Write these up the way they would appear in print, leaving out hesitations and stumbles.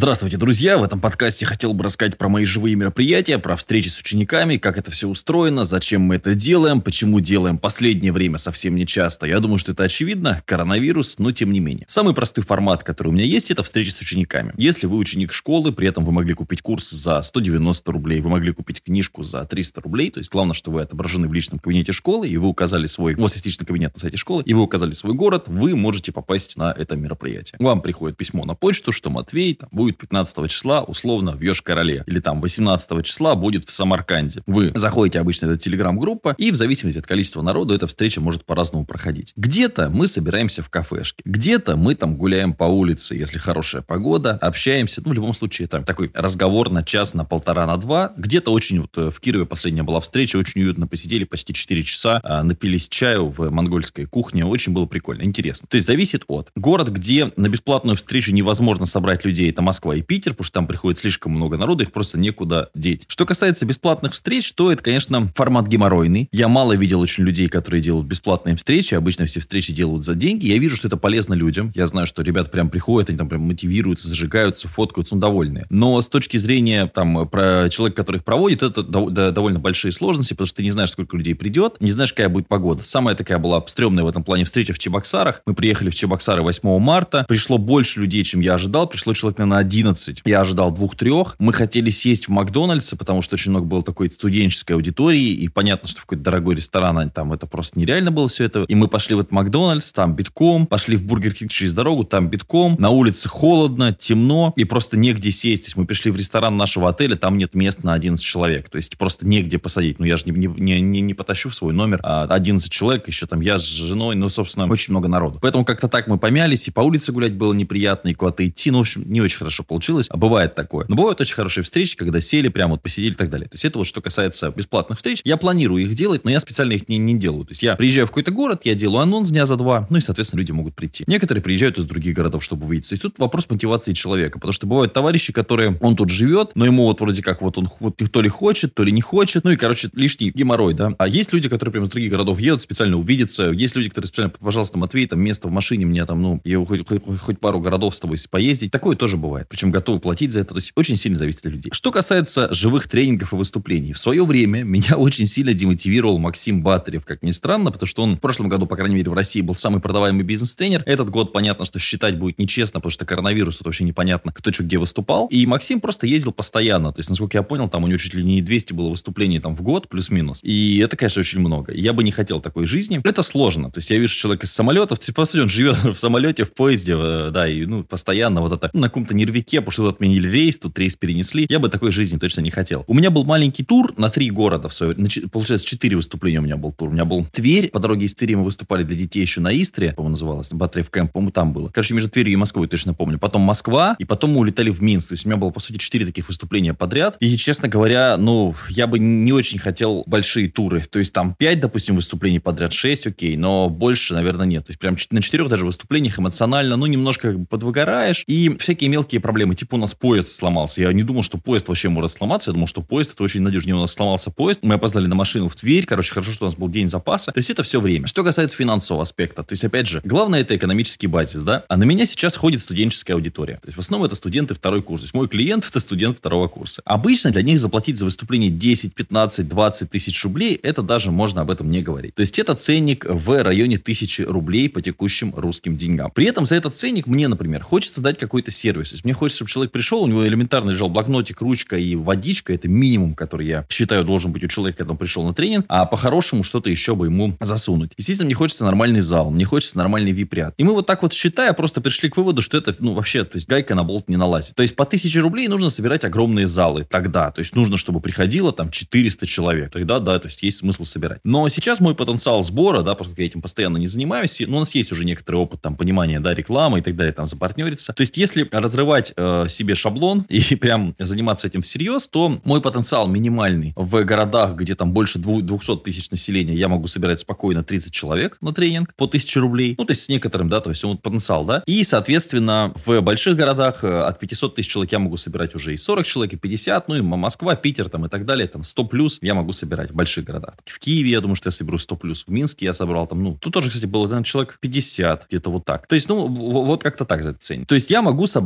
Здравствуйте, друзья! В этом подкасте хотел бы рассказать про мои живые мероприятия, про встречи с учениками, как это все устроено, зачем мы это делаем, почему делаем последнее время совсем не часто. Я думаю, что это очевидно, коронавирус, но тем не менее. Самый простой формат, который у меня есть, это встречи с учениками. Если вы ученик школы, при этом вы могли купить курс за 190 рублей, вы могли купить книжку за 300 рублей, то есть главное, что вы отображены в личном кабинете школы, и вы указали свой, у вас есть личный кабинет на сайте школы, и вы указали свой город, вы можете попасть на это мероприятие. Вам приходит письмо на почту, что Матвей будет 15 числа, условно, в Йошкар-Оле. Или там 18 числа будет в Самарканде. Вы заходите обычно в эту телеграм-группу, и в зависимости от количества народу эта встреча может по-разному проходить. Где-то мы собираемся в кафешке, где-то мы там гуляем по улице, если хорошая погода, общаемся. В любом случае, это такой разговор на час, на полтора, на два. Где-то очень, в Кирове последняя была встреча, очень уютно посидели, почти 4 часа, напились чаю в монгольской кухне. Очень было прикольно, интересно. То есть, зависит от. Город, где на бесплатную встречу невозможно собрать людей, это Москва и Питер, потому что там приходит слишком много народу, их просто некуда деть. Что касается бесплатных встреч, то это, конечно, формат геморройный. Я мало видел очень людей, которые делают бесплатные встречи. Обычно все встречи делают за деньги. Я вижу, что это полезно людям. Я знаю, что ребята прям приходят, они там прям мотивируются, зажигаются, фоткаются, довольные. Но с точки зрения про человека, который их проводит, это довольно большие сложности, потому что ты не знаешь, сколько людей придет, не знаешь, какая будет погода. Самая такая была стрёмная в этом плане встреча в Чебоксарах. Мы приехали в Чебоксары 8 марта. Пришло больше людей, чем я ожидал. Пришло человек, наверное, 11. Я ожидал 2-3. Мы хотели сесть в Макдональдсе, потому что очень много было такой студенческой аудитории, и понятно, что в какой-то дорогой ресторан там это просто нереально было все это. И мы пошли в этот Макдональдс, там битком, пошли в Бургер Кинг через дорогу, там битком, на улице холодно, темно, и просто негде сесть. То есть мы пришли в ресторан нашего отеля, там нет мест на 11 человек, то есть просто негде посадить. Я же не потащу в свой номер 11 человек, еще там я с женой, собственно, очень много народу. Поэтому как-то так мы помялись, и по улице гулять было неприятно, и куда-то идти, в общем, не очень хорошо получилось. А бывает такое. Но бывают очень хорошие встречи, когда сели, прям посидели и так далее. То есть это что касается бесплатных встреч. Я планирую их делать, но я специально их не делаю. То есть я приезжаю в какой-то город, я делаю анонс дня за два, и, соответственно, люди могут прийти. Некоторые приезжают из других городов, чтобы выйти. То есть тут вопрос мотивации человека, потому что бывают товарищи, которые, он тут живет, но ему вроде как он то ли хочет, то ли не хочет, лишний геморрой, да. А есть люди, которые прям из других городов едут специально увидеться. Есть люди, которые специально, пожалуйста, Матвей, там место в машине мне там, я хоть пару городов с тобой поездить. Такое тоже бывает. Причем готовы платить за это. То есть очень сильно зависит от людей. Что касается живых тренингов и выступлений. В свое время меня очень сильно демотивировал Максим Батарев, как ни странно, потому что он в прошлом году, по крайней мере, в России был самый продаваемый бизнес-тренер. Этот год, понятно, что считать будет нечестно, потому что коронавирус, тут вообще непонятно, кто что где выступал. И Максим просто ездил постоянно. То есть, насколько я понял, там у него чуть ли не 200 было выступлений там в год, плюс-минус. И это, конечно, очень много. Я бы не хотел такой жизни. Это сложно. То есть, я вижу человека из самолетов, то есть, по сути, он живет в самолете, в поезде, да, и, постоянно вот это, на каком-то нервике, потому что отменили рейс, тут рейс перенесли. Я бы такой жизни точно не хотел. У меня был маленький тур на 3 города. Получается, 4 выступления у меня был тур. У меня был Тверь. По дороге из Твери мы выступали для детей еще на Истре, по-моему, называлось. Батарев Кэмп, по-моему, там было. Короче, между Тверью и Москвой, точно помню. Потом Москва, и потом мы улетали в Минск. То есть у меня было, по сути, 4 таких выступления подряд. И, честно говоря, я бы не очень хотел большие туры. То есть там 5, допустим, выступлений подряд, 6, окей, но больше, наверное, нет. То есть прям на 4 даже выступлениях эмоционально, немножко подвыгораешь. И всякие мелкие проблемы. Типа у нас поезд сломался. Я не думал, что поезд вообще может сломаться. Я думал, что поезд это очень надежнее. У нас сломался поезд. Мы опоздали на машину в Тверь. Короче, хорошо, что у нас был день запаса. То есть это все время. Что касается финансового аспекта. То есть, опять же, главное это экономический базис, да. А на меня сейчас ходит студенческая аудитория. То есть в основном это студенты второй курс. То есть мой клиент это студент второго курса. Обычно для них заплатить за выступление 10, 15, 20 тысяч рублей, это даже можно об этом не говорить. То есть это ценник в районе 1000 рублей по текущим русским деньгам. При этом за этот ценник мне, например, хочется дать какой-то сервис. То есть мне хочется, чтобы человек пришел, у него элементарно лежал блокнотик, ручка и водичка. Это минимум, который я считаю должен быть у человека, когда он пришел на тренинг. А по-хорошему что-то еще бы ему засунуть. Естественно, мне хочется нормальный зал, мне хочется нормальный VIP-ряд. И мы вот так вот считая, просто пришли к выводу, что это, вообще, то есть гайка на болт не налазит. То есть по 1000 рублей нужно собирать огромные залы тогда. То есть нужно, чтобы приходило там 400 человек. Тогда, да, то есть есть смысл собирать. Но сейчас мой потенциал сбора, да, поскольку я этим постоянно не занимаюсь, у нас есть уже некоторый опыт там понимания, да, рекламы и так далее, там запартнериться. То есть если разрывать себе шаблон и прям заниматься этим всерьез, то мой потенциал минимальный в городах, где там больше 200 тысяч населения, я могу собирать спокойно 30 человек на тренинг по 1000 рублей. То есть с некоторым, да, то есть потенциал, да. И, соответственно, в больших городах от 500 тысяч человек я могу собирать уже и 40 человек, и 50, и Москва, Питер там и так далее, там 100 плюс я могу собирать в больших городах. В Киеве, я думаю, что я соберу 100 плюс. В Минске я собрал там, тут тоже, кстати, было человек 50, где-то вот так. То есть, вот как-то так за это ценят. То есть я могу собрать мероприятие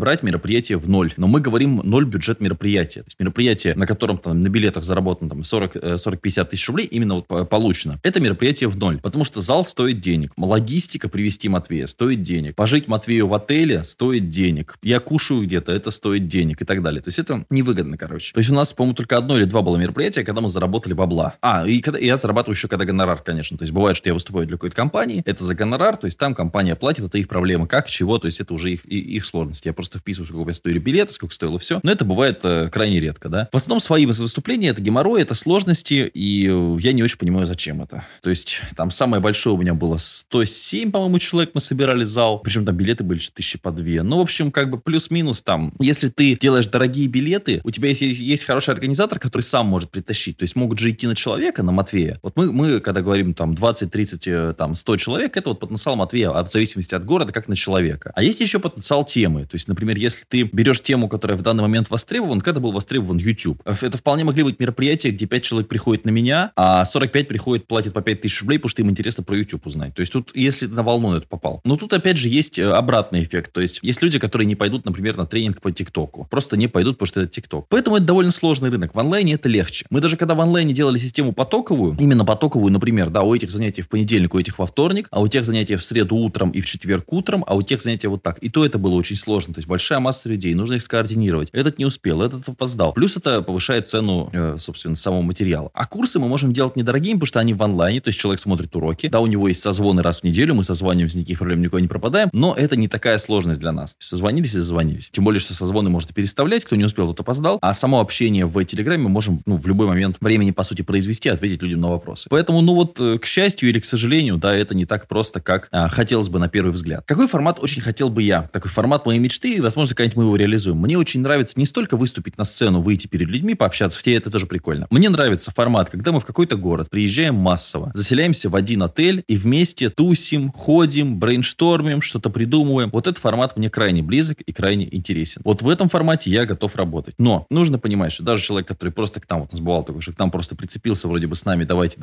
мероприятие в ноль. Но мы говорим ноль бюджет мероприятия. То есть мероприятие, на котором там на билетах заработано там 40-50 тысяч рублей, именно вот получено. Это мероприятие в ноль. Потому что зал стоит денег. Логистика привезти Матвея стоит денег. Пожить Матвею в отеле стоит денег. Я кушаю где-то, это стоит денег и так далее. То есть это невыгодно, короче. То есть у нас, по-моему, только одно или два было мероприятия, когда мы заработали бабла. И я зарабатываю еще когда гонорар, конечно. То есть бывает, что я выступаю для какой-то компании, это за гонорар, то есть там компания платит, это их проблема, как, чего, то есть это уже их сложности. Я просто вписываю, сколько стоили билеты, сколько стоило все. Но это бывает крайне редко, да. В основном свои выступления, это геморрой, это сложности, и я не очень понимаю, зачем это. То есть там самое большое у меня было 107, по-моему, человек мы собирали зал, причем там билеты были 1000 по 2. Ну, в общем, как бы плюс-минус там. Если ты делаешь дорогие билеты, у тебя есть хороший организатор, который сам может притащить, то есть могут же идти на человека, на Матвея. Вот мы когда говорим там 20, 30, там 100 человек, это вот потенциал Матвея, в зависимости от города, как на человека. А есть еще потенциал темы. То есть, например, если ты берешь тему, которая в данный момент востребована, когда был востребован YouTube, это вполне могли быть мероприятия, где 5 человек приходят на меня, а 45 приходят, платят по 5000 рублей, потому что им интересно про YouTube узнать. То есть тут, если ты на волну это попал. Но тут опять же есть обратный эффект. То есть есть люди, которые не пойдут, например, на тренинг по ТикТоку. Просто не пойдут, потому что это ТикТок. Поэтому это довольно сложный рынок. В онлайне это легче. Мы даже когда в онлайне делали систему потоковую, именно потоковую, например, да, у этих занятий в понедельник, у этих во вторник, а у тех занятия в среду утром и в четверг утром, а у тех занятия вот так. И то это было очень сложно. То есть большая масса людей, нужно их скоординировать. Этот не успел, этот опоздал. Плюс это повышает цену, собственно, самого материала. А курсы мы можем делать недорогими, потому что они в онлайне, то есть человек смотрит уроки, да, у него есть созвоны раз в неделю, мы созваниваемся, никаких проблем никуда не пропадаем, но это не такая сложность для нас. Созвонились и зазвонились. Тем более, что созвоны можно переставлять, кто не успел, тот опоздал, а само общение в Телеграме мы можем, в любой момент времени, по сути, произвести, ответить людям на вопросы. Поэтому, к счастью или к сожалению, да, это не так просто, как хотелось бы на первый взгляд. Какой формат очень хотел бы я? Такой формат моей мечты, и, возможно, когда-нибудь мы его реализуем. Мне очень нравится не столько выступить на сцену, выйти перед людьми, пообщаться, хотя это тоже прикольно. Мне нравится формат, когда мы в какой-то город приезжаем массово, заселяемся в один отель и вместе тусим, ходим, брейнштормим, что-то придумываем. Вот этот формат мне крайне близок и крайне интересен. Вот в этом формате я готов работать. Но нужно понимать, что даже человек, который просто к нам, вот у нас бывал такой, что к нам просто прицепился вроде бы с нами, давайте,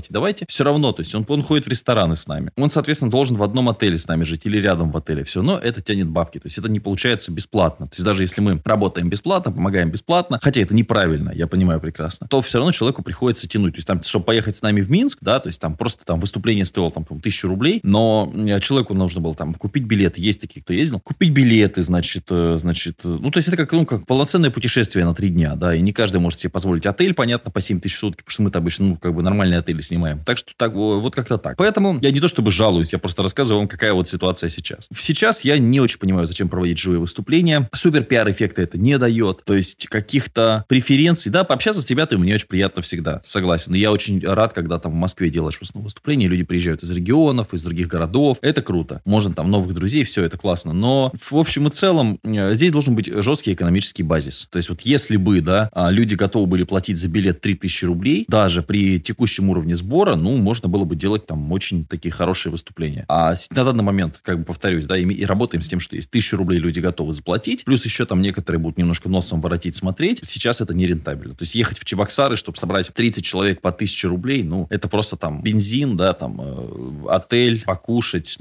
все равно, то есть он ходит в рестораны с нами. Он, соответственно, должен в одном отеле с нами жить или рядом в отеле. Все, но это тянет бабки. То есть это не получается бесплатно. То есть даже если мы работаем бесплатно, помогаем бесплатно, хотя это неправильно, я понимаю прекрасно, то все равно человеку приходится тянуть. То есть там, чтобы поехать с нами в Минск, да, то есть там просто там выступление стоило там 1000 рублей, но человеку нужно было там купить билеты. Есть такие, кто ездил. Купить билеты, значит, то есть это как полноценное путешествие на 3 дня, да, и не каждый может себе позволить отель, понятно, по 7000 в сутки, потому что мы-то обычно, нормальные отели снимаем. Так что так, вот как-то так. Поэтому я не то чтобы жалуюсь, я просто рассказываю вам, какая вот ситуация сейчас. Сейчас я не очень понимаю, зачем проводить живые выступления. Супер пиар-эффекта это не дает. То есть каких-то преференций, да, пообщаться с ребятами мне очень приятно всегда, согласен. И я очень рад, когда там в Москве делаешь в основном выступления, люди приезжают из регионов, из других городов. Это круто. Можно там новых друзей, все это классно. Но в общем и целом здесь должен быть жесткий экономический базис. То есть вот если бы, да, люди готовы были платить за билет 3000 рублей, даже при текущем уровне сбора, можно было бы делать там очень такие хорошие выступления. А на данный момент, повторюсь, да, и работаем с тем, что есть 1000 рублей люди готовы заплатить, плюс еще там некоторые будут немножко носом воротить, смотреть. Сейчас это не рентабельно. То есть ехать в Чебоксары, чтобы собрать 30 человек по 1000 рублей, это просто там бензин, да, там отель, покушать,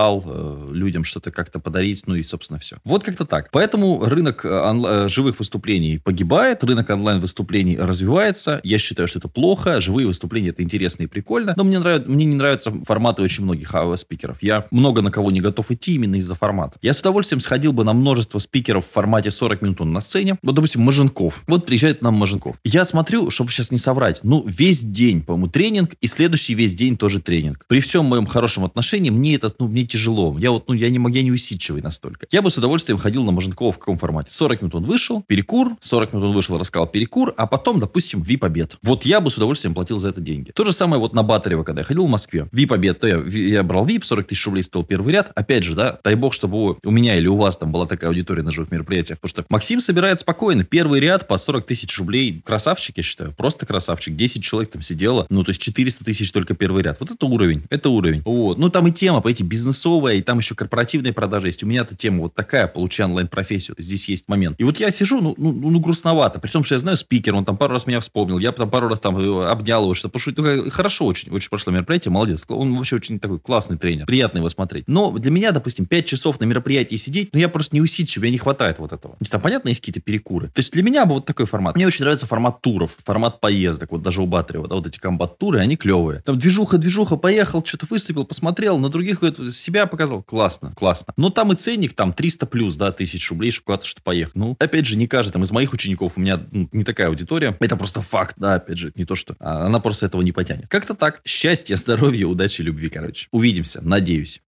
зал, людям что-то как-то подарить, и, собственно, все. Вот как-то так. Поэтому рынок живых выступлений погибает, рынок онлайн-выступлений развивается. Я считаю, что это плохо. Живые выступления — это интересно и прикольно. Но мне не нравятся форматы очень многих спикеров. Я много на кого не готов идти именно из-за формата. Я с удовольствием сходил бы на множество спикеров в формате 40 минут на сцене. Вот, допустим, Маженков. Вот приезжает нам Маженков. Я смотрю, чтобы сейчас не соврать, весь день, по-моему, тренинг, и следующий весь день тоже тренинг. При всем моем хорошем отношении, мне это, мне тяжело. Я не усидчивый настолько. Я бы с удовольствием ходил на Маженкова в каком формате? 40 минут он вышел, перекур, 40 минут он вышел, рассказал перекур, а потом, допустим, VIP-обед. Вот я бы с удовольствием платил за это деньги. То же самое вот на Батарева, когда я ходил в Москве. VIP-обед, то я брал VIP, 40 тысяч рублей стоил первый ряд. Опять же, да, дай бог, чтобы у меня или у вас там была такая аудитория на живых мероприятиях. Потому что Максим собирает спокойно. Первый ряд по 40 тысяч рублей. Красавчик, я считаю. Просто красавчик. 10 человек там сидело. То есть 400 тысяч только первый ряд. Вот это уровень. Это уровень. Вот. Там и тема, понимаете, бизнесовая, и там еще корпоративные продажи есть. У меня-то тема вот такая, получай онлайн-профессию. Здесь есть момент. И вот я сижу, грустновато. При том, что я знаю спикера, он там пару раз меня вспомнил. Я там пару раз там обнял его, что пошутил. Хорошо очень прошло мероприятие, молодец. Он вообще очень такой классный тренер. Приятно его смотреть. Но для меня, допустим, 5 часов на мероприятии сидеть, я просто не усидчивый 1000, мне не хватает вот этого. То есть, там, понятно, есть какие-то перекуры. То есть, для меня бы вот такой формат. Мне очень нравится формат туров, формат поездок. Вот даже у Батарева, да, вот эти комбат-туры, они клевые. Там движуха, поехал, что-то выступил, посмотрел, на других себя показал. Классно. Но там и ценник, там 300 плюс, да, 1000 рублей, чтобы куда-то что-то поехать. Ну, опять же, не каждый, там, из моих учеников, у меня не такая аудитория. Это просто факт, да, опять же, не то что. Она просто этого не потянет. Как-то так. Счастья, здоровья, удачи, любви, короче. Увидимся, надеюсь.